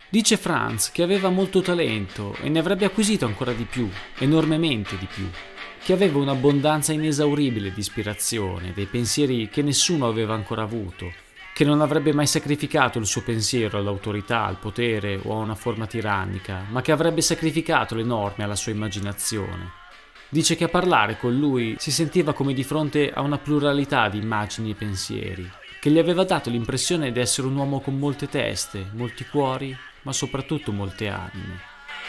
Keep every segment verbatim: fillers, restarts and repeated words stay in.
Dice Franz che aveva molto talento e ne avrebbe acquisito ancora di più, enormemente di più, che aveva un'abbondanza inesauribile di ispirazione, dei pensieri che nessuno aveva ancora avuto, che non avrebbe mai sacrificato il suo pensiero all'autorità, al potere o a una forma tirannica, ma che avrebbe sacrificato le norme alla sua immaginazione. Dice che a parlare con lui si sentiva come di fronte a una pluralità di immagini e pensieri, che gli aveva dato l'impressione di essere un uomo con molte teste, molti cuori, ma soprattutto molte anime.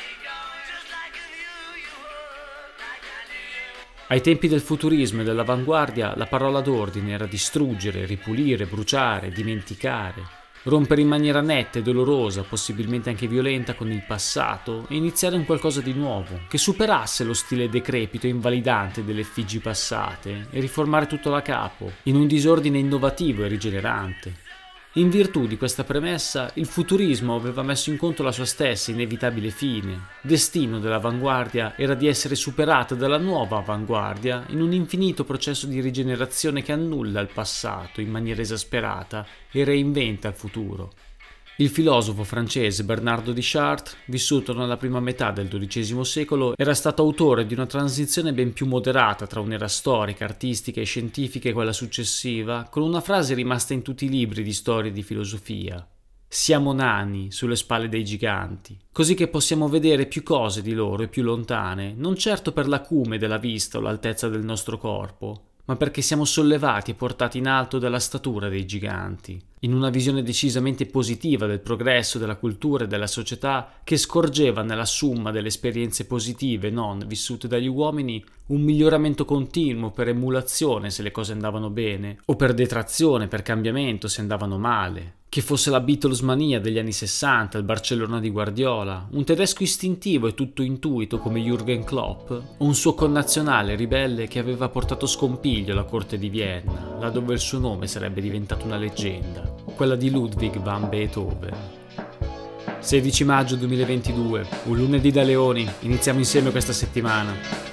Ai tempi del futurismo e dell'avanguardia, la parola d'ordine era distruggere, ripulire, bruciare, dimenticare, rompere in maniera netta e dolorosa, possibilmente anche violenta, con il passato e iniziare un qualcosa di nuovo, che superasse lo stile decrepito e invalidante delle effigie passate e riformare tutto da capo, in un disordine innovativo e rigenerante. In virtù di questa premessa, il futurismo aveva messo in conto la sua stessa inevitabile fine. Destino dell'avanguardia era di essere superata dalla nuova avanguardia in un infinito processo di rigenerazione che annulla il passato in maniera esasperata e reinventa il futuro. Il filosofo francese Bernardo di Chartres, vissuto nella prima metà del dodicesimo secolo, era stato autore di una transizione ben più moderata tra un'era storica, artistica e scientifica e quella successiva, con una frase rimasta in tutti i libri di storia e di filosofia. Siamo nani sulle spalle dei giganti, così che possiamo vedere più cose di loro e più lontane, non certo per l'acume della vista o l'altezza del nostro corpo, ma perché siamo sollevati e portati in alto dalla statura dei giganti, in una visione decisamente positiva del progresso della cultura e della società che scorgeva nella summa delle esperienze positive non vissute dagli uomini un miglioramento continuo per emulazione se le cose andavano bene, o per detrazione, per cambiamento se andavano male. Che fosse la Beatlesmania degli anni sessanta, il Barcellona di Guardiola, un tedesco istintivo e tutto intuito come Jürgen Klopp, o un suo connazionale ribelle che aveva portato scompiglio alla corte di Vienna, là dove il suo nome sarebbe diventato una leggenda, quella di Ludwig van Beethoven. sedici maggio duemilaventidue, un lunedì da leoni, iniziamo insieme questa settimana.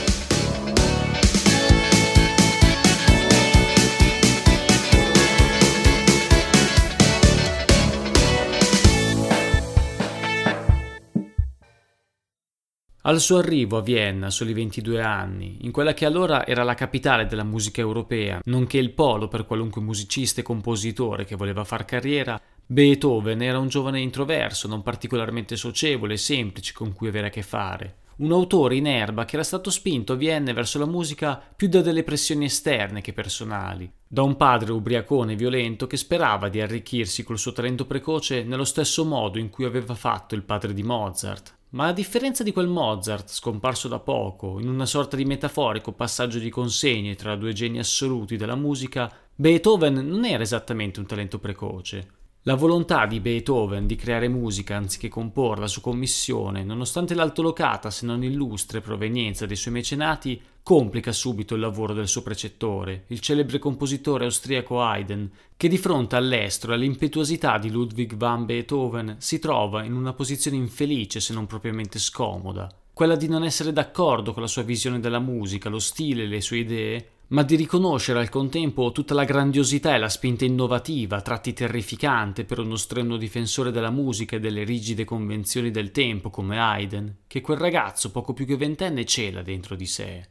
Al suo arrivo a Vienna, a soli ventidue anni, in quella che allora era la capitale della musica europea, nonché il polo per qualunque musicista e compositore che voleva far carriera, Beethoven era un giovane introverso, non particolarmente socievole e semplice con cui avere a che fare. Un autore in erba che era stato spinto a Vienna verso la musica più da delle pressioni esterne che personali, da un padre ubriacone e violento che sperava di arricchirsi col suo talento precoce nello stesso modo in cui aveva fatto il padre di Mozart. Ma a differenza di quel Mozart, scomparso da poco, in una sorta di metaforico passaggio di consegne tra due geni assoluti della musica, Beethoven non era esattamente un talento precoce. La volontà di Beethoven di creare musica anziché comporla su commissione, nonostante l'altolocata se non illustre provenienza dei suoi mecenati, complica subito il lavoro del suo precettore, il celebre compositore austriaco Haydn, che di fronte all'estro e all'impetuosità di Ludwig van Beethoven si trova in una posizione infelice se non propriamente scomoda, quella di non essere d'accordo con la sua visione della musica, lo stile e le sue idee, ma di riconoscere al contempo tutta la grandiosità e la spinta innovativa, a tratti terrificante per uno strenuo difensore della musica e delle rigide convenzioni del tempo come Haydn, che quel ragazzo poco più che ventenne cela dentro di sé.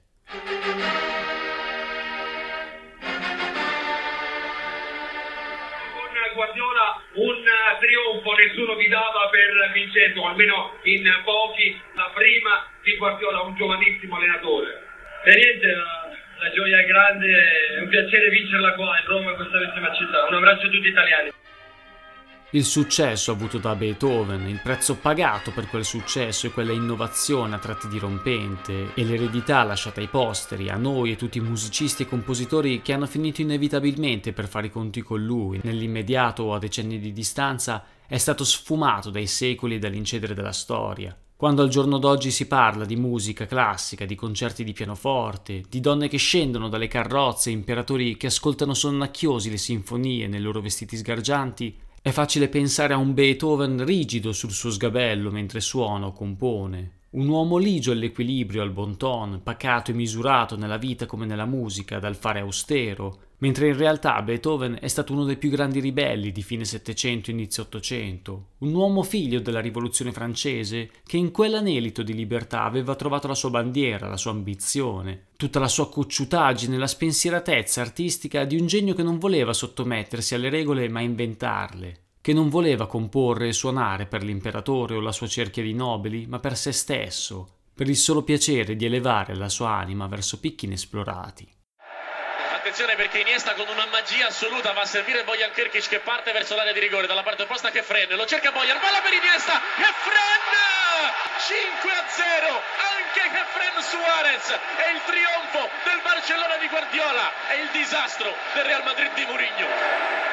Guardiola un trionfo nessuno vi dava per Vincenzo, o almeno in pochi, la prima di Guardiola, un giovanissimo allenatore. E niente, la, la gioia è grande, è un piacere vincerla qua in Roma, in questa bellissima città. Un abbraccio a tutti italiani. Il successo avuto da Beethoven, il prezzo pagato per quel successo e quella innovazione a tratti dirompente e l'eredità lasciata ai posteri, a noi e tutti i musicisti e compositori che hanno finito inevitabilmente per fare i conti con lui, nell'immediato o a decenni di distanza, è stato sfumato dai secoli e dall'incedere della storia. Quando al giorno d'oggi si parla di musica classica, di concerti di pianoforte, di donne che scendono dalle carrozze e imperatori che ascoltano sonnacchiosi le sinfonie nei loro vestiti sgargianti, è facile pensare a un Beethoven rigido sul suo sgabello mentre suona o compone, Un uomo ligio all'equilibrio, al bon ton, pacato e misurato nella vita come nella musica, dal fare austero, mentre in realtà Beethoven è stato uno dei più grandi ribelli di fine Settecento e inizio Ottocento, un uomo figlio della Rivoluzione francese che in quell'anelito di libertà aveva trovato la sua bandiera, la sua ambizione, tutta la sua cocciutaggine, la spensieratezza artistica di un genio che non voleva sottomettersi alle regole ma inventarle, che non voleva comporre e suonare per l'imperatore o la sua cerchia di nobili, ma per se stesso, per il solo piacere di elevare la sua anima verso picchi inesplorati. Attenzione perché Iniesta con una magia assoluta va a servire Bojan Krkić che parte verso l'area di rigore dalla parte opposta. Kefren lo cerca Bojan, palla per Iniesta, Kefren cinque a zero, anche Kefren Suarez, è il trionfo del Barcellona di Guardiola, è il disastro del Real Madrid di Mourinho.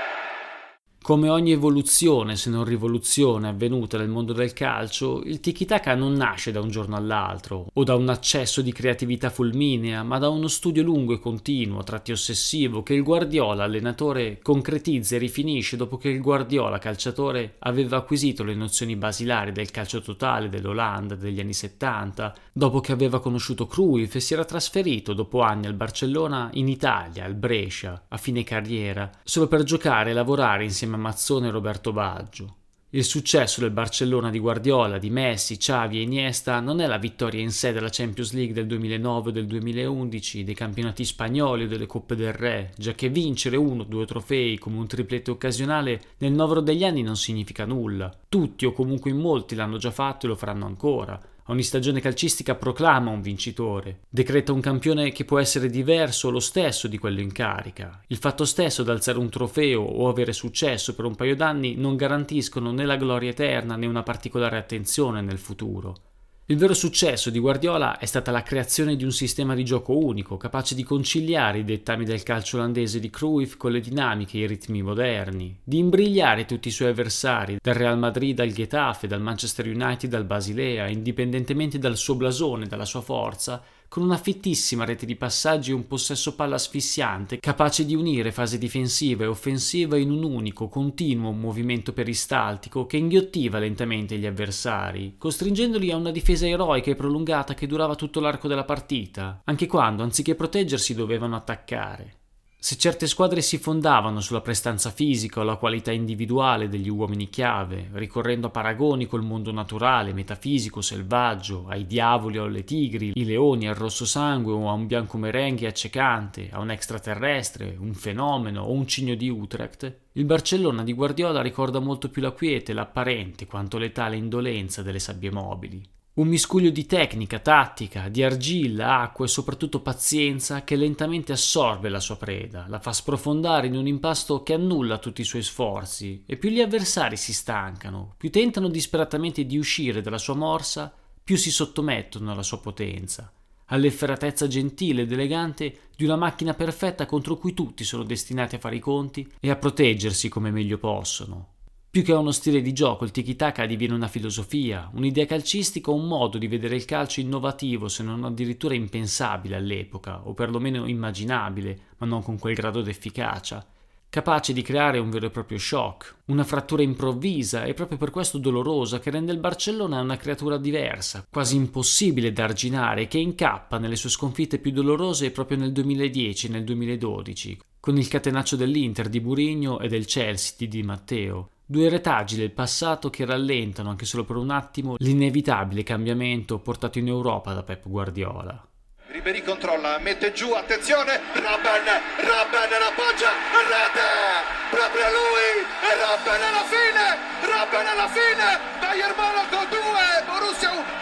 Come ogni evoluzione, se non rivoluzione, avvenuta nel mondo del calcio, il tiki-taka non nasce da un giorno all'altro, o da un accesso di creatività fulminea, ma da uno studio lungo e continuo, a tratti ossessivo, che il Guardiola, allenatore, concretizza e rifinisce dopo che il Guardiola, calciatore, aveva acquisito le nozioni basilari del calcio totale dell'Olanda degli anni settanta, dopo che aveva conosciuto Cruyff e si era trasferito dopo anni al Barcellona in Italia, al Brescia, a fine carriera, solo per giocare e lavorare insieme a Mazzone e Roberto Baggio. Il successo del Barcellona di Guardiola, di Messi, Xavi e Iniesta non è la vittoria in sé della Champions League del duemilanove o del duemilaundici, dei campionati spagnoli o delle Coppe del Re, già che vincere uno o due trofei come un triplete occasionale nel novero degli anni non significa nulla. Tutti o comunque in molti l'hanno già fatto e lo faranno ancora. Ogni stagione calcistica proclama un vincitore, decreta un campione che può essere diverso o lo stesso di quello in carica. Il fatto stesso d'alzare un trofeo o avere successo per un paio d'anni non garantiscono né la gloria eterna né una particolare attenzione nel futuro. Il vero successo di Guardiola è stata la creazione di un sistema di gioco unico, capace di conciliare i dettami del calcio olandese di Cruyff con le dinamiche e i ritmi moderni, di imbrigliare tutti i suoi avversari, dal Real Madrid al Getafe, dal Manchester United al Basilea, indipendentemente dal suo blasone e dalla sua forza, con una fittissima rete di passaggi e un possesso palla asfissiante, capace di unire fase difensiva e offensiva in un unico, continuo movimento peristaltico che inghiottiva lentamente gli avversari, costringendoli a una difesa eroica e prolungata che durava tutto l'arco della partita, anche quando, anziché proteggersi, dovevano attaccare. Se certe squadre si fondavano sulla prestanza fisica o la qualità individuale degli uomini chiave, ricorrendo a paragoni col mondo naturale, metafisico, selvaggio, ai diavoli o alle tigri, i leoni al rosso sangue o a un bianco merengue accecante, a un extraterrestre, un fenomeno o un cigno di Utrecht, il Barcellona di Guardiola ricorda molto più la quiete, l'apparente quanto letale indolenza delle sabbie mobili. Un miscuglio di tecnica, tattica, di argilla, acqua e soprattutto pazienza che lentamente assorbe la sua preda, la fa sprofondare in un impasto che annulla tutti i suoi sforzi, e più gli avversari si stancano, più tentano disperatamente di uscire dalla sua morsa, più si sottomettono alla sua potenza, all'efferatezza gentile ed elegante di una macchina perfetta contro cui tutti sono destinati a fare i conti e a proteggersi come meglio possono. Più che uno stile di gioco, il tiki-taka diviene una filosofia, un'idea calcistica o un modo di vedere il calcio innovativo, se non addirittura impensabile all'epoca, o perlomeno immaginabile, ma non con quel grado d'efficacia, capace di creare un vero e proprio shock, una frattura improvvisa e proprio per questo dolorosa che rende il Barcellona una creatura diversa, quasi impossibile da arginare, che incappa nelle sue sconfitte più dolorose proprio nel duemiladieci e nel duemiladodici, con il catenaccio dell'Inter di Mourinho e del Chelsea di Di Matteo. Due retaggi del passato che rallentano, anche solo per un attimo, l'inevitabile cambiamento portato in Europa da Pep Guardiola. Ribéry controlla, mette giù, attenzione, Robben, Robben la appoggia, rete, proprio lui, e Robben alla fine, Robben alla fine, Bayern Monaco due, Borussia uno.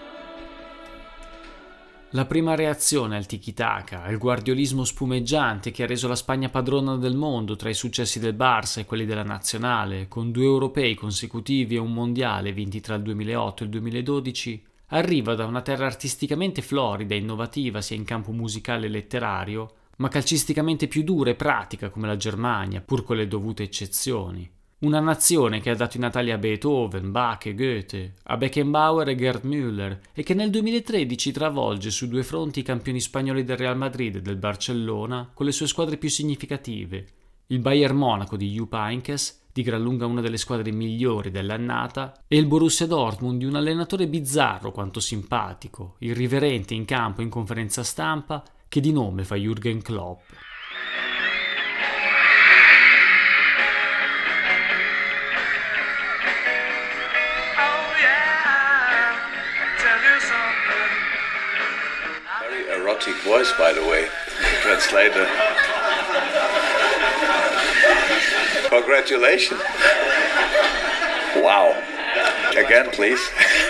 La prima reazione al tiki-taka, al guardiolismo spumeggiante che ha reso la Spagna padrona del mondo tra i successi del Barça e quelli della nazionale, con due europei consecutivi e un mondiale vinti tra il duemilaotto e il duemiladodici, arriva da una terra artisticamente florida e innovativa sia in campo musicale e letterario, ma calcisticamente più dura e pratica come la Germania, pur con le dovute eccezioni. Una nazione che ha dato i natali a Beethoven, Bach e Goethe, a Beckenbauer e Gerd Müller, e che nel duemilatredici travolge su due fronti i campioni spagnoli del Real Madrid e del Barcellona con le sue squadre più significative, il Bayern Monaco di Jupp Heynckes, di gran lunga una delle squadre migliori dell'annata, e il Borussia Dortmund di un allenatore bizzarro quanto simpatico, irriverente in campo e in conferenza stampa, che di nome fa Jürgen Klopp. Very erotic voice, by the way, translator. Congratulations. Wow. Again, please.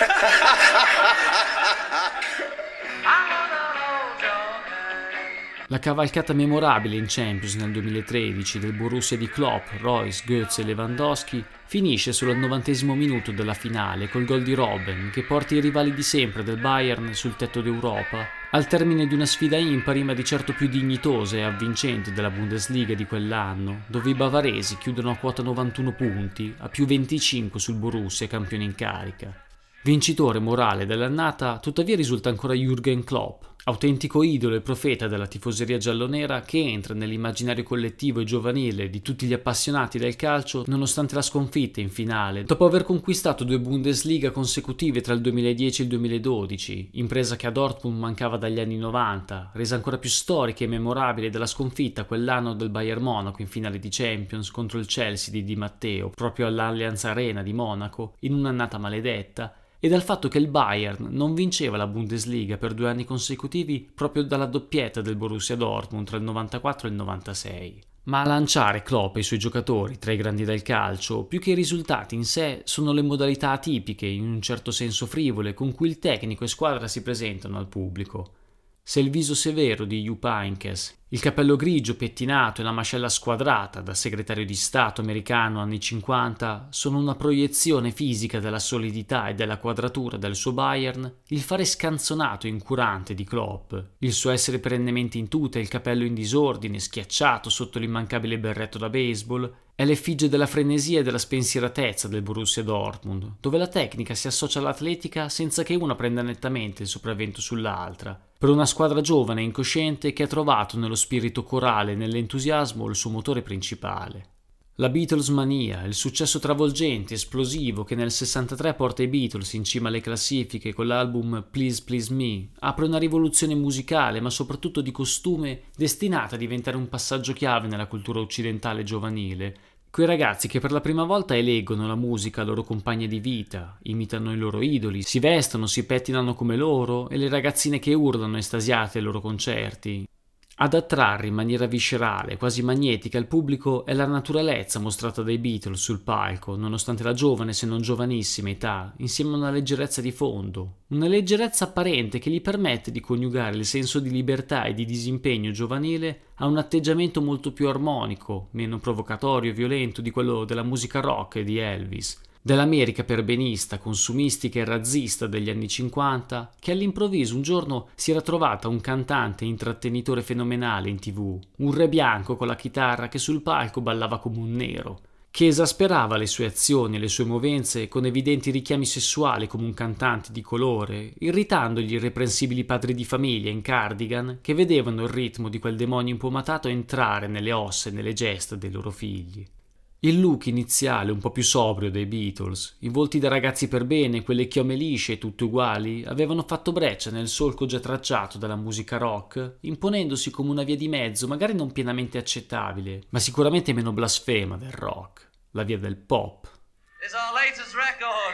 La cavalcata memorabile in Champions nel duemilatredici del Borussia di Klopp, Royce, Götze e Lewandowski finisce solo al novantesimo minuto della finale col gol di Robben, che porta i rivali di sempre del Bayern sul tetto d'Europa, al termine di una sfida impari ma di certo più dignitosa e avvincente della Bundesliga di quell'anno, dove i bavaresi chiudono a quota novantuno punti, a più venticinque sul Borussia, campione in carica. Vincitore morale dell'annata tuttavia risulta ancora Jürgen Klopp, autentico idolo e profeta della tifoseria giallonera che entra nell'immaginario collettivo e giovanile di tutti gli appassionati del calcio nonostante la sconfitta in finale, dopo aver conquistato due Bundesliga consecutive tra il duemiladieci e il duemiladodici, impresa che a Dortmund mancava dagli anni novanta, resa ancora più storica e memorabile dalla sconfitta quell'anno del Bayern Monaco in finale di Champions contro il Chelsea di Di Matteo, proprio all'Allianz Arena di Monaco, in un'annata maledetta, e dal fatto che il Bayern non vinceva la Bundesliga per due anni consecutivi proprio dalla doppietta del Borussia Dortmund tra il novantaquattro e il novantasei. Ma a lanciare Klopp e i suoi giocatori tra i grandi del calcio, più che i risultati in sé, sono le modalità atipiche, in un certo senso frivole, con cui il tecnico e squadra si presentano al pubblico. Se il viso severo di Jupp Heynckes, il capello grigio pettinato e la mascella squadrata da segretario di Stato americano anni cinquanta sono una proiezione fisica della solidità e della quadratura del suo Bayern, il fare scanzonato e incurante di Klopp, il suo essere perennemente in tuta e il capello in disordine, schiacciato sotto l'immancabile berretto da baseball, è l'effigie della frenesia e della spensieratezza del Borussia Dortmund, dove la tecnica si associa all'atletica senza che una prenda nettamente il sopravvento sull'altra, per una squadra giovane e incosciente che ha trovato nello spirito corale e nell'entusiasmo il suo motore principale. La Beatles mania, il successo travolgente, esplosivo che nel sessantatré porta i Beatles in cima alle classifiche con l'album Please Please Me, apre una rivoluzione musicale ma soprattutto di costume destinata a diventare un passaggio chiave nella cultura occidentale giovanile. Quei ragazzi che per la prima volta eleggono la musica loro compagna di vita, imitano i loro idoli, si vestono, si pettinano come loro, e le ragazzine che urlano estasiate ai loro concerti. Ad attrarre in maniera viscerale, quasi magnetica il pubblico è la naturalezza mostrata dai Beatles sul palco, nonostante la giovane se non giovanissima età, insieme a una leggerezza di fondo, una leggerezza apparente che gli permette di coniugare il senso di libertà e di disimpegno giovanile a un atteggiamento molto più armonico, meno provocatorio e violento di quello della musica rock e di Elvis, dell'America perbenista, consumistica e razzista degli anni cinquanta, che all'improvviso un giorno si era trovata un cantante e intrattenitore fenomenale in tv, un re bianco con la chitarra che sul palco ballava come un nero, che esasperava le sue azioni e le sue movenze con evidenti richiami sessuali come un cantante di colore, irritando gli irreprensibili padri di famiglia in cardigan che vedevano il ritmo di quel demonio impomatato entrare nelle ossa e nelle gesta dei loro figli. Il look iniziale, un po' più sobrio dei Beatles, i volti da ragazzi per bene, quelle chiome lisce e tutte uguali, avevano fatto breccia nel solco già tracciato dalla musica rock, imponendosi come una via di mezzo, magari non pienamente accettabile, ma sicuramente meno blasfema del rock, la via del pop. It's our latest record.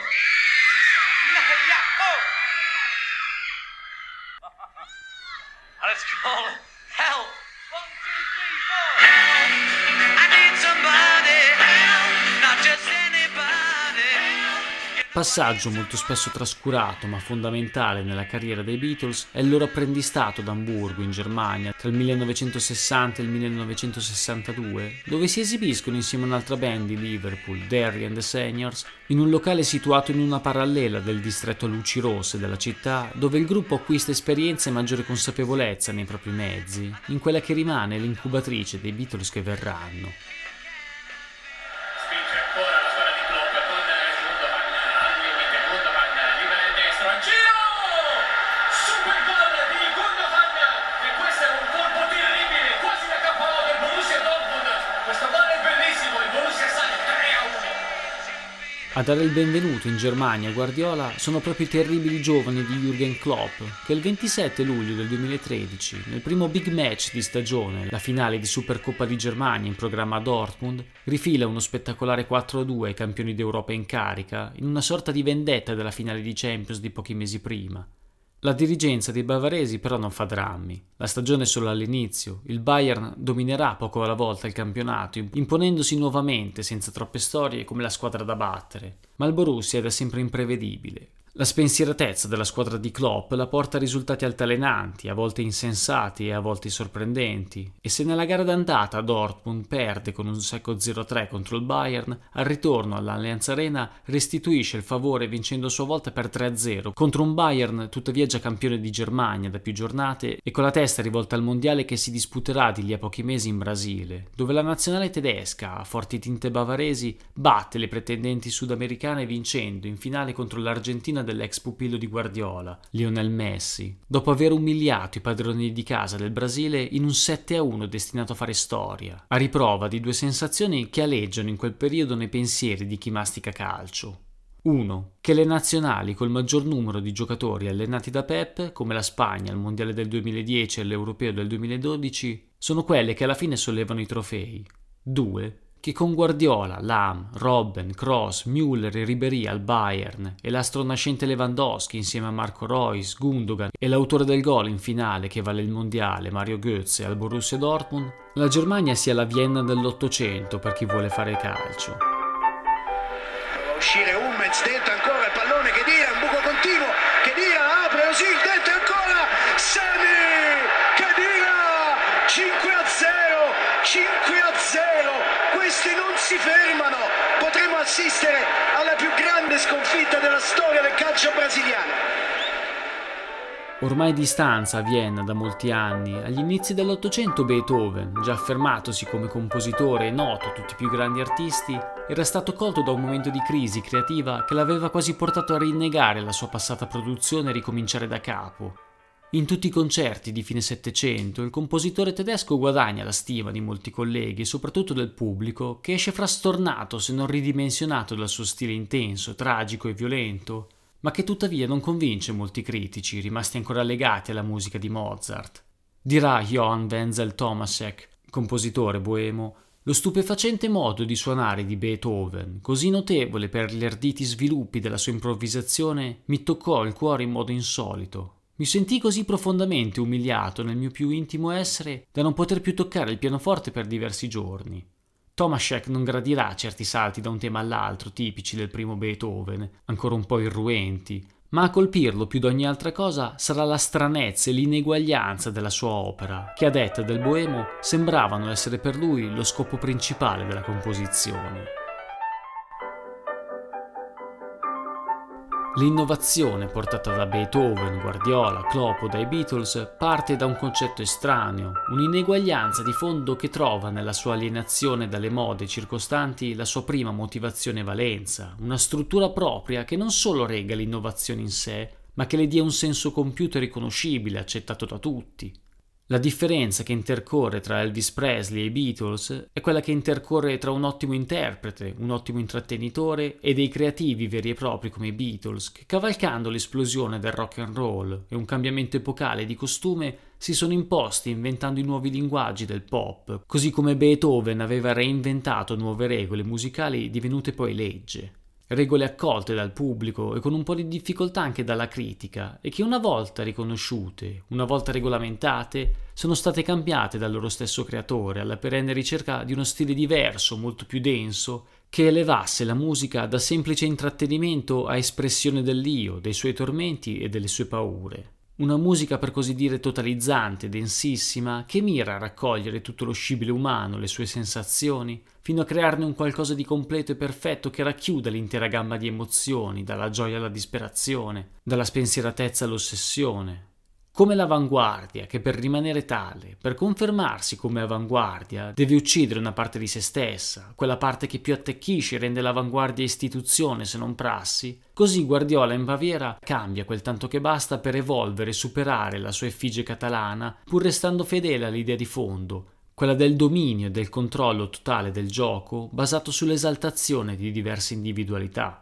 And it's called Help. One, two, three, four. Help. I need somebody. Help. Not just anybody. Passaggio molto spesso trascurato ma fondamentale nella carriera dei Beatles è il loro apprendistato ad Amburgo, in Germania, tra il millenovecentosessanta e il millenovecentosessantadue, dove si esibiscono insieme a un'altra band di Liverpool, Derry and the Seniors, in un locale situato in una parallela del distretto a luci rosse della città, dove il gruppo acquista esperienza e maggiore consapevolezza nei propri mezzi, in quella che rimane l'incubatrice dei Beatles che verranno. A dare il benvenuto in Germania a Guardiola sono proprio i terribili giovani di Jürgen Klopp, che il ventisette luglio del duemilatredici, nel primo big match di stagione, la finale di Supercoppa di Germania in programma a Dortmund, rifila uno spettacolare quattro a due ai campioni d'Europa in carica, in una sorta di vendetta della finale di Champions di pochi mesi prima. La dirigenza dei bavaresi però non fa drammi. La stagione è solo all'inizio, il Bayern dominerà poco alla volta il campionato, imponendosi nuovamente senza troppe storie come la squadra da battere. Ma il Borussia è da sempre imprevedibile. La spensieratezza della squadra di Klopp la porta a risultati altalenanti, a volte insensati e a volte sorprendenti, e se nella gara d'andata Dortmund perde con un secco zero a tre contro il Bayern, al ritorno all'Allianz Arena restituisce il favore vincendo a sua volta per tre a zero contro un Bayern tuttavia già campione di Germania da più giornate e con la testa rivolta al mondiale che si disputerà di lì a pochi mesi in Brasile, dove la nazionale tedesca, a forti tinte bavaresi, batte le pretendenti sudamericane vincendo in finale contro l'Argentina dell'ex pupillo di Guardiola, Lionel Messi, dopo aver umiliato i padroni di casa del Brasile in un sette a uno destinato a fare storia, a riprova di due sensazioni che aleggiano in quel periodo nei pensieri di chi mastica calcio. uno. Che le nazionali col maggior numero di giocatori allenati da Pep, come la Spagna al Mondiale del duemiladieci e all'Europeo del duemiladodici, sono quelle che alla fine sollevano i trofei. due. Che con Guardiola, Lahm, Robben, Kroos, Müller e Ribéry al Bayern e l'astro nascente Lewandowski insieme a Marco Reus, Gundogan e l'autore del gol in finale che vale il mondiale, Mario Götze al Borussia Dortmund, la Germania sia la Vienna dell'Ottocento per chi vuole fare calcio. Prova a uscire Hummels, dentro ancora il pallone, che dia, un buco continuo, che dia, apre così, dentro ancora, Semi, che dia, cinque a zero, cinque a zero. Questi non si fermano, potremo assistere alla più grande sconfitta della storia del calcio brasiliano. Ormai di stanza a Vienna da molti anni, agli inizi dell'Ottocento Beethoven, già affermatosi come compositore e noto a tutti i più grandi artisti, era stato colto da un momento di crisi creativa che l'aveva quasi portato a rinnegare la sua passata produzione e ricominciare da capo. In tutti i concerti di fine Settecento il compositore tedesco guadagna la stima di molti colleghi e soprattutto del pubblico, che esce frastornato se non ridimensionato dal suo stile intenso, tragico e violento, ma che tuttavia non convince molti critici rimasti ancora legati alla musica di Mozart. Dirà Johann Wenzel Tomaszek, compositore boemo, lo stupefacente modo di suonare di Beethoven, così notevole per gli arditi sviluppi della sua improvvisazione, mi toccò il cuore in modo insolito. Mi sentii così profondamente umiliato nel mio più intimo essere da non poter più toccare il pianoforte per diversi giorni. Tomaszek non gradirà certi salti da un tema all'altro tipici del primo Beethoven, ancora un po' irruenti, ma a colpirlo più di ogni altra cosa sarà la stranezza e l'ineguaglianza della sua opera, che a detta del boemo sembravano essere per lui lo scopo principale della composizione. L'innovazione portata da Beethoven, Guardiola, Klopp o dai Beatles parte da un concetto estraneo, un'ineguaglianza di fondo che trova nella sua alienazione dalle mode circostanti la sua prima motivazione e valenza, una struttura propria che non solo rega l'innovazione in sé, ma che le dia un senso compiuto e riconoscibile, accettato da tutti. La differenza che intercorre tra Elvis Presley e i Beatles è quella che intercorre tra un ottimo interprete, un ottimo intrattenitore e dei creativi veri e propri come i Beatles, che cavalcando l'esplosione del rock and roll e un cambiamento epocale di costume si sono imposti inventando i nuovi linguaggi del pop, così come Beethoven aveva reinventato nuove regole musicali divenute poi legge. Regole accolte dal pubblico e con un po' di difficoltà anche dalla critica e che una volta riconosciute, una volta regolamentate, sono state cambiate dal loro stesso creatore alla perenne ricerca di uno stile diverso, molto più denso, che elevasse la musica da semplice intrattenimento a espressione dell'io, dei suoi tormenti e delle sue paure. Una musica per così dire totalizzante, densissima, che mira a raccogliere tutto lo scibile umano, le sue sensazioni, fino a crearne un qualcosa di completo e perfetto che racchiuda l'intera gamma di emozioni, dalla gioia alla disperazione, dalla spensieratezza all'ossessione. Come l'avanguardia, che per rimanere tale, per confermarsi come avanguardia, deve uccidere una parte di se stessa, quella parte che più attecchisce e rende l'avanguardia istituzione se non prassi, così Guardiola in Baviera cambia quel tanto che basta per evolvere e superare la sua effigie catalana, pur restando fedele all'idea di fondo, quella del dominio e del controllo totale del gioco, basato sull'esaltazione di diverse individualità.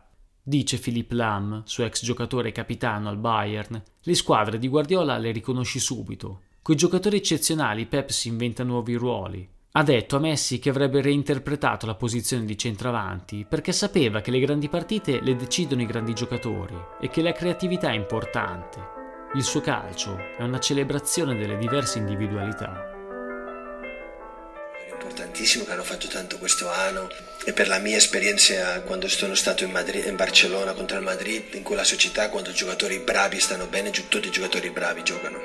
Dice Philipp Lahm, suo ex giocatore e capitano al Bayern, le squadre di Guardiola le riconosci subito. Coi giocatori eccezionali Pep si inventa nuovi ruoli. Ha detto a Messi che avrebbe reinterpretato la posizione di centravanti perché sapeva che le grandi partite le decidono i grandi giocatori e che la creatività è importante. Il suo calcio è una celebrazione delle diverse individualità. Importantissimo che hanno fatto tanto questo anno, e per la mia esperienza quando sono stato in, Madrid, in Barcellona contro il Madrid, in quella società, quando i giocatori bravi stanno bene, tutti i giocatori bravi giocano.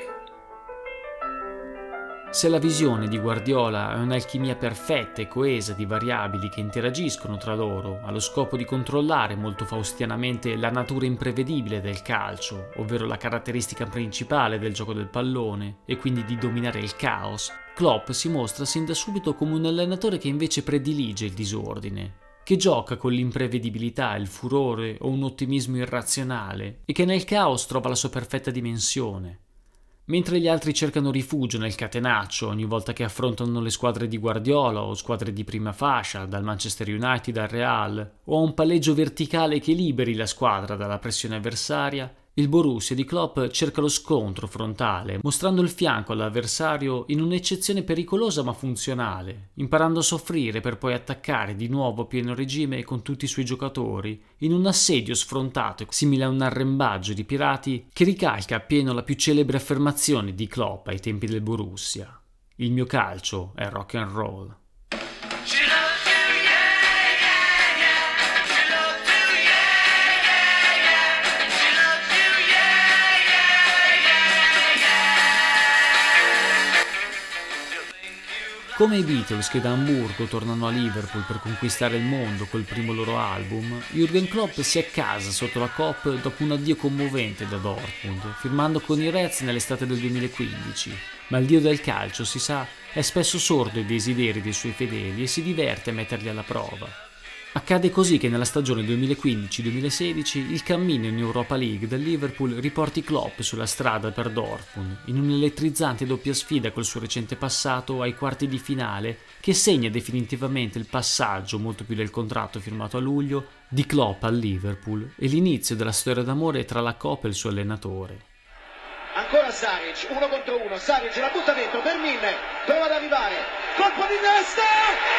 Se la visione di Guardiola è un'alchimia perfetta e coesa di variabili che interagiscono tra loro allo scopo di controllare molto faustianamente la natura imprevedibile del calcio, ovvero la caratteristica principale del gioco del pallone, e quindi di dominare il caos, Klopp si mostra sin da subito come un allenatore che invece predilige il disordine, che gioca con l'imprevedibilità, il furore o un ottimismo irrazionale e che nel caos trova la sua perfetta dimensione. Mentre gli altri cercano rifugio nel catenaccio ogni volta che affrontano le squadre di Guardiola o squadre di prima fascia, dal Manchester United al Real, o a un palleggio verticale che liberi la squadra dalla pressione avversaria, il Borussia di Klopp cerca lo scontro frontale, mostrando il fianco all'avversario in un'eccezione pericolosa ma funzionale, imparando a soffrire per poi attaccare di nuovo a pieno regime con tutti i suoi giocatori, in un assedio sfrontato simile a un arrembaggio di pirati che ricalca appieno la più celebre affermazione di Klopp ai tempi del Borussia: il mio calcio è rock and roll. Come i Beatles che da Amburgo tornano a Liverpool per conquistare il mondo col primo loro album, Jürgen Klopp si accasa sotto la Kop dopo un addio commovente da Dortmund, firmando con i Reds nell'estate del duemilaquindici. Ma il dio del calcio, si sa, è spesso sordo ai desideri dei suoi fedeli e si diverte a metterli alla prova. Accade così che nella stagione duemilaquindici duemilasedici il cammino in Europa League del Liverpool riporti Klopp sulla strada per Dortmund, in un'elettrizzante doppia sfida col suo recente passato ai quarti di finale che segna definitivamente il passaggio, molto più del contratto firmato a luglio, di Klopp al Liverpool e l'inizio della storia d'amore tra la Kop e il suo allenatore. Ancora Saric, uno contro uno, Saric la butta dentro, Fermin prova ad arrivare, colpo di testa,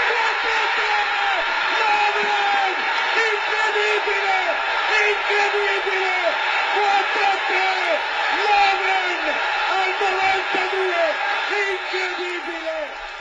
incredibile, incredibile, Pepe, Lovren al novantadue, incredibile.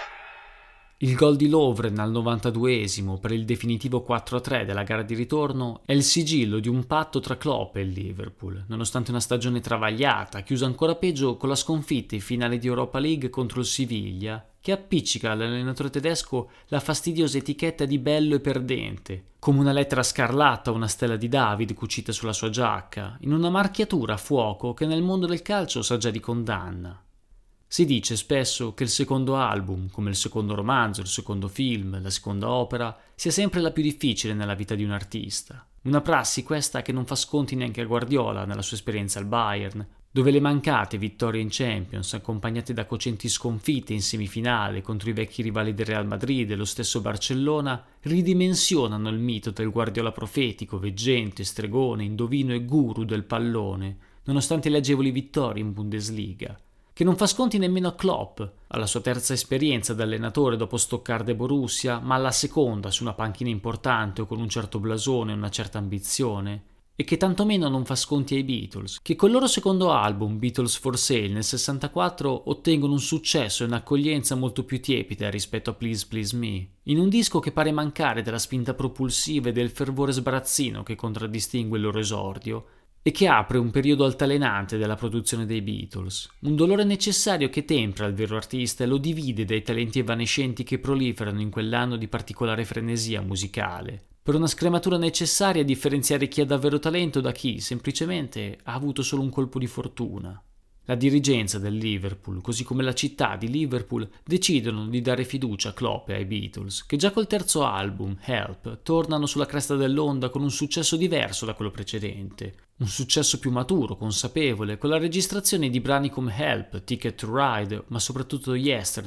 Il gol di Lovren al novantaduesimo per il definitivo quattro a tre della gara di ritorno è il sigillo di un patto tra Klopp e il Liverpool, nonostante una stagione travagliata, chiusa ancora peggio con la sconfitta in finale di Europa League contro il Siviglia, che appiccica all'allenatore tedesco la fastidiosa etichetta di bello e perdente, come una lettera scarlatta o una stella di David cucita sulla sua giacca, in una marchiatura a fuoco che nel mondo del calcio sa già di condanna. Si dice spesso che il secondo album, come il secondo romanzo, il secondo film, la seconda opera, sia sempre la più difficile nella vita di un artista. Una prassi questa che non fa sconti neanche a Guardiola nella sua esperienza al Bayern, dove le mancate vittorie in Champions, accompagnate da cocenti sconfitte in semifinale contro i vecchi rivali del Real Madrid e lo stesso Barcellona, ridimensionano il mito del Guardiola profetico, veggente, stregone, indovino e guru del pallone, nonostante le agevoli vittorie in Bundesliga, che non fa sconti nemmeno a Klopp, alla sua terza esperienza da allenatore dopo Stoccarda e Borussia, ma alla seconda su una panchina importante o con un certo blasone e una certa ambizione, e che tantomeno non fa sconti ai Beatles, che col loro secondo album, Beatles for Sale, nel sessantaquattro ottengono un successo e un'accoglienza molto più tiepida rispetto a Please Please Me, in un disco che pare mancare della spinta propulsiva e del fervore sbarazzino che contraddistingue il loro esordio, e che apre un periodo altalenante della produzione dei Beatles, un dolore necessario che tempra il vero artista e lo divide dai talenti evanescenti che proliferano in quell'anno di particolare frenesia musicale, per una scrematura necessaria a differenziare chi ha davvero talento da chi, semplicemente, ha avuto solo un colpo di fortuna. La dirigenza del Liverpool, così come la città di Liverpool, decidono di dare fiducia a Klopp e ai Beatles, che già col terzo album, Help, tornano sulla cresta dell'onda con un successo diverso da quello precedente. Un successo più maturo, consapevole, con la registrazione di brani come Help, Ticket to Ride, ma soprattutto Yesterday.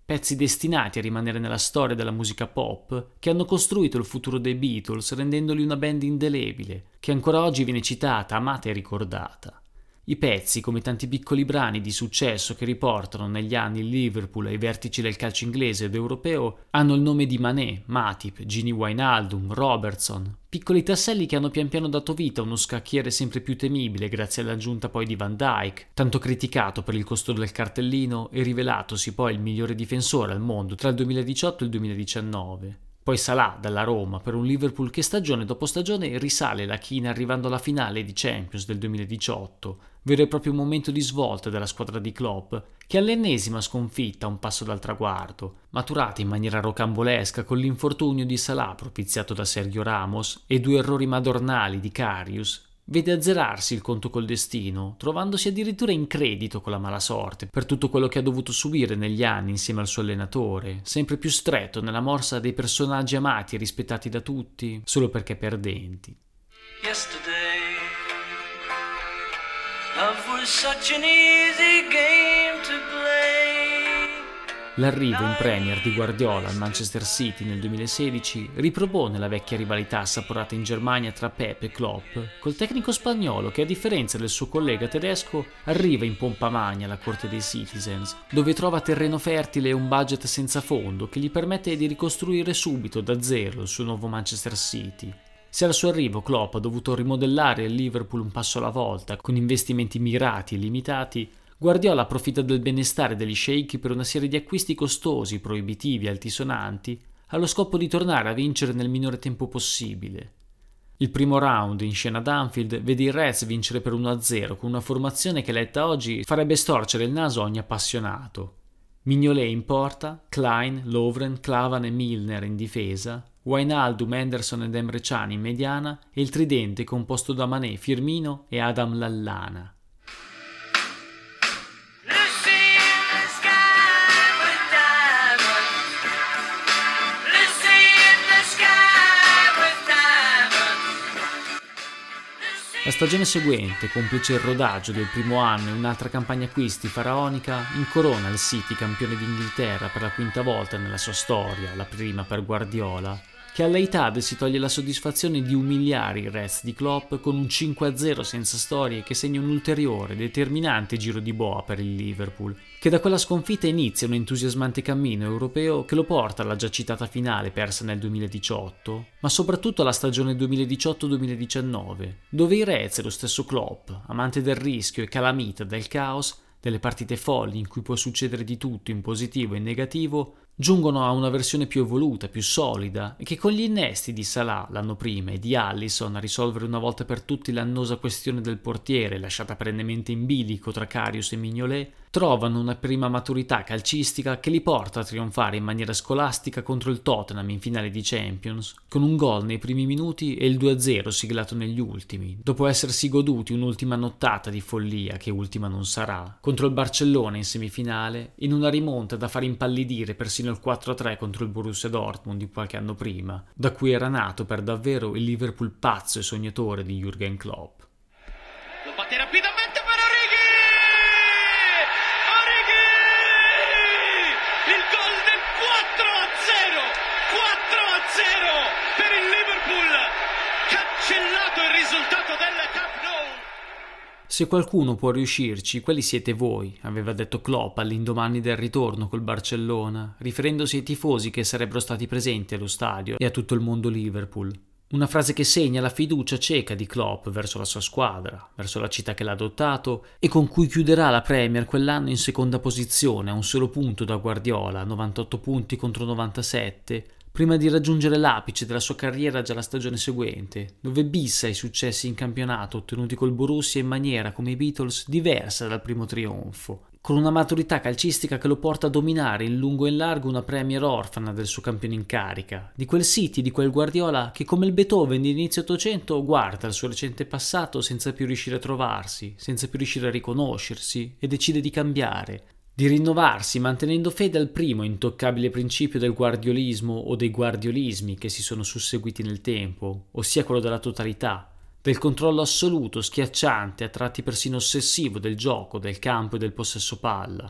pezzi destinati a rimanere nella storia della musica pop, che hanno costruito il futuro dei Beatles rendendoli una band indelebile, che ancora oggi viene citata, amata e ricordata. I pezzi, come tanti piccoli brani di successo che riportano negli anni il Liverpool ai vertici del calcio inglese ed europeo, hanno il nome di Mané, Matip, Gini Wijnaldum, Robertson, piccoli tasselli che hanno pian piano dato vita a uno scacchiere sempre più temibile grazie all'aggiunta poi di Van Dijk, tanto criticato per il costo del cartellino e rivelatosi poi il migliore difensore al mondo tra il duemiladiciotto e il duemiladiciannove. Poi Salah dalla Roma per un Liverpool che stagione dopo stagione risale la china arrivando alla finale di Champions del duemiladiciotto, vero e proprio momento di svolta della squadra di Klopp, che all'ennesima sconfitta a un passo dal traguardo, maturata in maniera rocambolesca con l'infortunio di Salah propiziato da Sergio Ramos e due errori madornali di Karius, vede azzerarsi il conto col destino, trovandosi addirittura in credito con la mala sorte per tutto quello che ha dovuto subire negli anni insieme al suo allenatore, sempre più stretto nella morsa dei personaggi amati e rispettati da tutti, solo perché perdenti. Yesterday, love was such an easy game to play. L'arrivo in Premier di Guardiola al Manchester City nel duemilasedici ripropone la vecchia rivalità assaporata in Germania tra Pep e Klopp, col tecnico spagnolo che, a differenza del suo collega tedesco, arriva in pompa magna alla corte dei Citizens, dove trova terreno fertile e un budget senza fondo che gli permette di ricostruire subito da zero il suo nuovo Manchester City. Se al suo arrivo Klopp ha dovuto rimodellare il Liverpool un passo alla volta, con investimenti mirati e limitati, Guardiola approfitta del benestare degli sceicchi per una serie di acquisti costosi, proibitivi e altisonanti, allo scopo di tornare a vincere nel minore tempo possibile. Il primo round in scena ad Anfield vede i Reds vincere per uno a zero con una formazione che letta oggi farebbe storcere il naso a ogni appassionato. Mignolet in porta, Klein, Lovren, Klavan e Milner in difesa, Wijnaldum, Henderson ed Emre Can in mediana e il tridente composto da Mané, Firmino e Adam Lallana. La stagione seguente, complice il rodaggio del primo anno e un'altra campagna acquisti faraonica, incorona il City campione d'Inghilterra per la quinta volta nella sua storia, la prima per Guardiola, che all'Etihad si toglie la soddisfazione di umiliare i Reds di Klopp con un cinque a zero senza storie che segna un ulteriore determinante giro di boa per il Liverpool, che da quella sconfitta inizia un entusiasmante cammino europeo che lo porta alla già citata finale persa nel duemiladiciotto, ma soprattutto alla stagione duemiladiciotto duemiladiciannove, dove i Reds e lo stesso Klopp, amante del rischio e calamita del caos, delle partite folli in cui può succedere di tutto in positivo e in negativo, giungono a una versione più evoluta, più solida e che con gli innesti di Salah l'anno prima e di Alisson a risolvere una volta per tutti l'annosa questione del portiere lasciata perennemente in bilico tra Karius e Mignolet, trovano una prima maturità calcistica che li porta a trionfare in maniera scolastica contro il Tottenham in finale di Champions, con un gol nei primi minuti e il due a zero siglato negli ultimi, dopo essersi goduti un'ultima nottata di follia che ultima non sarà, contro il Barcellona in semifinale, in una rimonta da far impallidire persino il quattro a tre contro il Borussia Dortmund di qualche anno prima, da cui era nato per davvero il Liverpool pazzo e sognatore di Jürgen Klopp. Lo batte rapidamente per Origi! Origi! Il gol del quattro a zero! quattro a zero per il Liverpool! Cancellato il risultato del Camp Nou! Se qualcuno può riuscirci, quelli siete voi, aveva detto Klopp all'indomani del ritorno col Barcellona, riferendosi ai tifosi che sarebbero stati presenti allo stadio e a tutto il mondo Liverpool. Una frase che segna la fiducia cieca di Klopp verso la sua squadra, verso la città che l'ha adottato e con cui chiuderà la Premier quell'anno in seconda posizione a un solo punto da Guardiola, novantotto punti contro novantasette, prima di raggiungere l'apice della sua carriera già la stagione seguente, dove bissa i successi in campionato ottenuti col Borussia in maniera, come i Beatles, diversa dal primo trionfo, con una maturità calcistica che lo porta a dominare in lungo e in largo una Premier orfana del suo campione in carica, di quel City, di quel Guardiola che come il Beethoven di inizio Ottocento guarda il suo recente passato senza più riuscire a trovarsi, senza più riuscire a riconoscersi e decide di cambiare, di rinnovarsi mantenendo fede al primo intoccabile principio del guardiolismo o dei guardiolismi che si sono susseguiti nel tempo, ossia quello della totalità, del controllo assoluto, schiacciante, a tratti persino ossessivo del gioco, del campo e del possesso palla.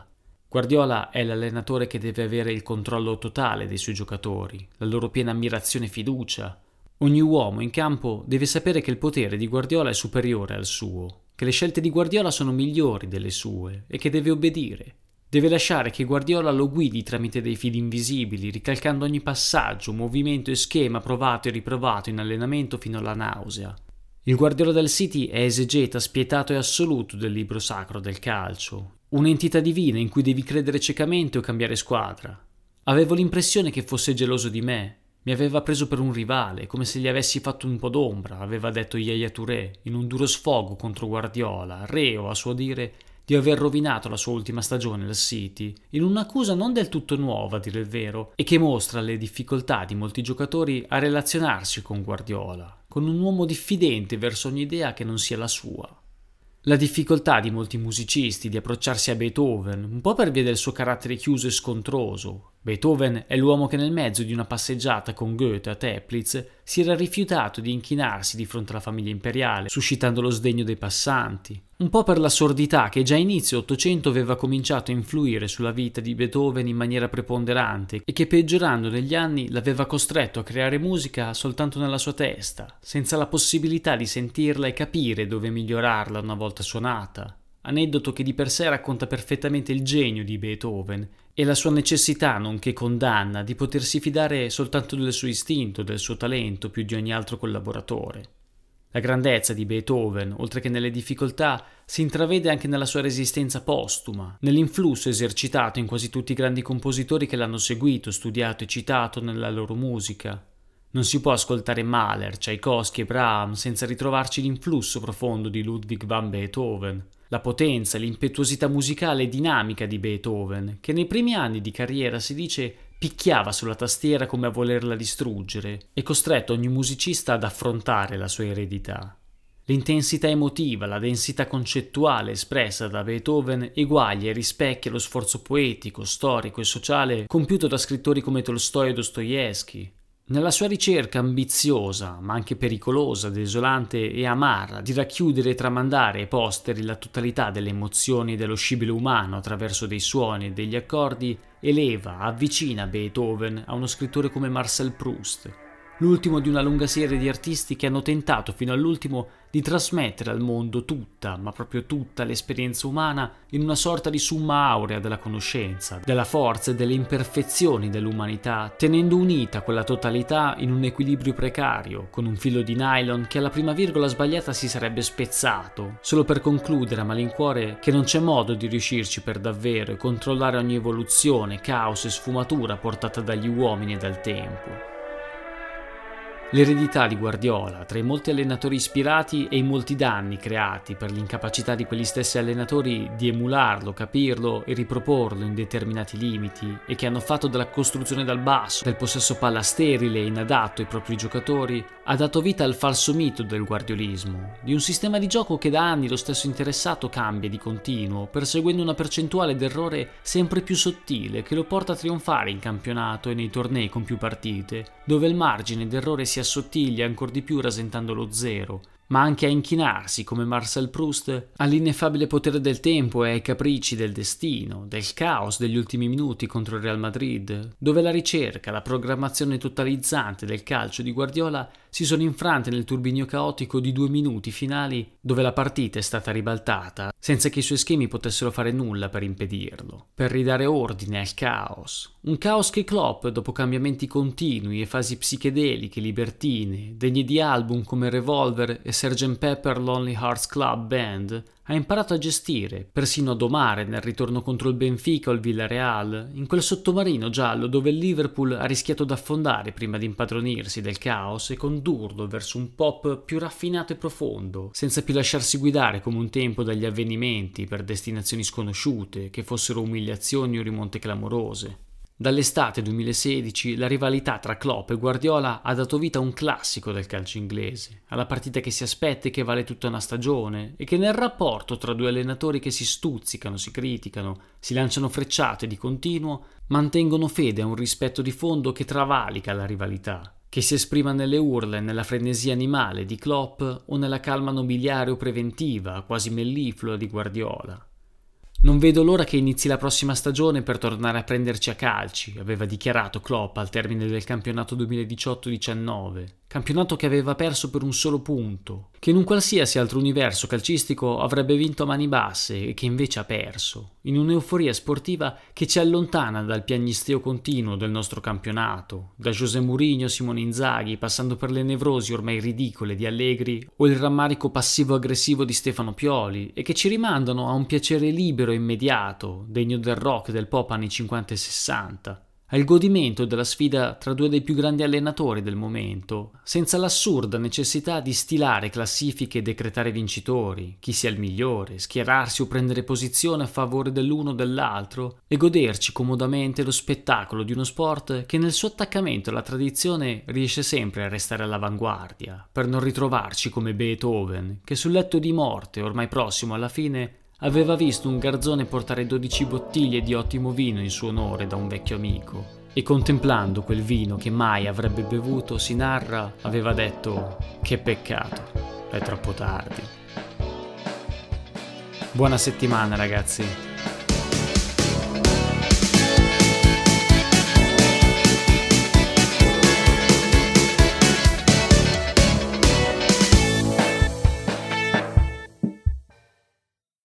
Guardiola è l'allenatore che deve avere il controllo totale dei suoi giocatori, la loro piena ammirazione e fiducia. Ogni uomo in campo deve sapere che il potere di Guardiola è superiore al suo, che le scelte di Guardiola sono migliori delle sue e che deve obbedire. Deve lasciare che Guardiola lo guidi tramite dei fili invisibili, ricalcando ogni passaggio, movimento e schema provato e riprovato in allenamento fino alla nausea. Il Guardiola del City è esegeta spietato e assoluto del libro sacro del calcio, un'entità divina in cui devi credere ciecamente o cambiare squadra. Avevo l'impressione che fosse geloso di me, mi aveva preso per un rivale, come se gli avessi fatto un po' d'ombra, aveva detto Yaya Touré, in un duro sfogo contro Guardiola, reo a suo dire di aver rovinato la sua ultima stagione al City, in un'accusa non del tutto nuova, a dire il vero, e che mostra le difficoltà di molti giocatori a relazionarsi con Guardiola, con un uomo diffidente verso ogni idea che non sia la sua. La difficoltà di molti musicisti di approcciarsi a Beethoven, un po' per via del suo carattere chiuso e scontroso. Beethoven è l'uomo che nel mezzo di una passeggiata con Goethe a Teplitz si era rifiutato di inchinarsi di fronte alla famiglia imperiale, suscitando lo sdegno dei passanti. Un po' per la sordità che già a inizio Ottocento aveva cominciato a influire sulla vita di Beethoven in maniera preponderante e che peggiorando negli anni l'aveva costretto a creare musica soltanto nella sua testa, senza la possibilità di sentirla e capire dove migliorarla una volta suonata. Aneddoto che di per sé racconta perfettamente il genio di Beethoven e la sua necessità, nonché condanna, di potersi fidare soltanto del suo istinto, del suo talento, più di ogni altro collaboratore. La grandezza di Beethoven, oltre che nelle difficoltà, si intravede anche nella sua resistenza postuma, nell'influsso esercitato in quasi tutti i grandi compositori che l'hanno seguito, studiato e citato nella loro musica. Non si può ascoltare Mahler, Tchaikovsky e Brahms senza ritrovarci l'influsso profondo di Ludwig van Beethoven, la potenza, l'impetuosità musicale e dinamica di Beethoven, che nei primi anni di carriera si dice picchiava sulla tastiera come a volerla distruggere e costretto ogni musicista ad affrontare la sua eredità. L'intensità emotiva, la densità concettuale espressa da Beethoven eguaglia e rispecchia lo sforzo poetico, storico e sociale compiuto da scrittori come Tolstoi e Dostoevsky. Nella sua ricerca ambiziosa, ma anche pericolosa, desolante e amara, di racchiudere e tramandare ai posteri la totalità delle emozioni e dello scibile umano attraverso dei suoni e degli accordi, eleva, avvicina Beethoven a uno scrittore come Marcel Proust, l'ultimo di una lunga serie di artisti che hanno tentato fino all'ultimo di trasmettere al mondo tutta, ma proprio tutta l'esperienza umana in una sorta di summa aurea della conoscenza, della forza e delle imperfezioni dell'umanità, tenendo unita quella totalità in un equilibrio precario, con un filo di nylon che alla prima virgola sbagliata si sarebbe spezzato, solo per concludere a malincuore che non c'è modo di riuscirci per davvero e controllare ogni evoluzione, caos e sfumatura portata dagli uomini e dal tempo. L'eredità di Guardiola, tra i molti allenatori ispirati e i molti danni creati per l'incapacità di quegli stessi allenatori di emularlo, capirlo e riproporlo in determinati limiti e che hanno fatto della costruzione dal basso, del possesso palla sterile e inadatto ai propri giocatori, ha dato vita al falso mito del guardiolismo, di un sistema di gioco che da anni lo stesso interessato cambia di continuo, perseguendo una percentuale d'errore sempre più sottile che lo porta a trionfare in campionato e nei tornei con più partite, dove il margine d'errore si assottiglia ancor di più rasentando lo zero, ma anche a inchinarsi, come Marcel Proust, all'ineffabile potere del tempo e ai capricci del destino, del caos degli ultimi minuti contro il Real Madrid, dove la ricerca, la programmazione totalizzante del calcio di Guardiola si sono infrante nel turbinio caotico di due minuti finali dove la partita è stata ribaltata, senza che i suoi schemi potessero fare nulla per impedirlo, per ridare ordine al caos. Un caos che Klopp, dopo cambiamenti continui e fasi psichedeliche, libertine, degne di album come Revolver e sergeant Pepper Lonely Hearts Club Band, ha imparato a gestire, persino a domare nel ritorno contro il Benfica o il Villarreal, in quel sottomarino giallo dove il Liverpool ha rischiato d'affondare prima di impadronirsi del caos e condurlo verso un pop più raffinato e profondo, senza più lasciarsi guidare come un tempo dagli avvenimenti per destinazioni sconosciute, che fossero umiliazioni o rimonte clamorose. Dall'estate duemilasedici la rivalità tra Klopp e Guardiola ha dato vita a un classico del calcio inglese, alla partita che si aspetta e che vale tutta una stagione e che nel rapporto tra due allenatori che si stuzzicano, si criticano, si lanciano frecciate di continuo, mantengono fede a un rispetto di fondo che travalica la rivalità, che si esprima nelle urla e nella frenesia animale di Klopp o nella calma nobiliare o preventiva, quasi melliflua di Guardiola. Non vedo l'ora che inizi la prossima stagione per tornare a prenderci a calci, aveva dichiarato Klopp al termine del campionato duemiladiciotto diciannove, campionato che aveva perso per un solo punto, che in un qualsiasi altro universo calcistico avrebbe vinto a mani basse e che invece ha perso, in un'euforia sportiva che ci allontana dal piagnisteo continuo del nostro campionato, da José Mourinho, Simone Inzaghi, passando per le nevrosi ormai ridicole di Allegri o il rammarico passivo-aggressivo di Stefano Pioli, e che ci rimandano a un piacere libero e immediato, degno del rock e del pop anni cinquanta e sessanta, al godimento della sfida tra due dei più grandi allenatori del momento, senza l'assurda necessità di stilare classifiche e decretare vincitori, chi sia il migliore, schierarsi o prendere posizione a favore dell'uno o dell'altro, e goderci comodamente lo spettacolo di uno sport che nel suo attaccamento alla tradizione riesce sempre a restare all'avanguardia, per non ritrovarci come Beethoven, che sul letto di morte, ormai prossimo alla fine, aveva visto un garzone portare dodici bottiglie di ottimo vino in suo onore da un vecchio amico, e contemplando quel vino che mai avrebbe bevuto, si narra, aveva detto: che peccato, è troppo tardi. Buona settimana, ragazzi.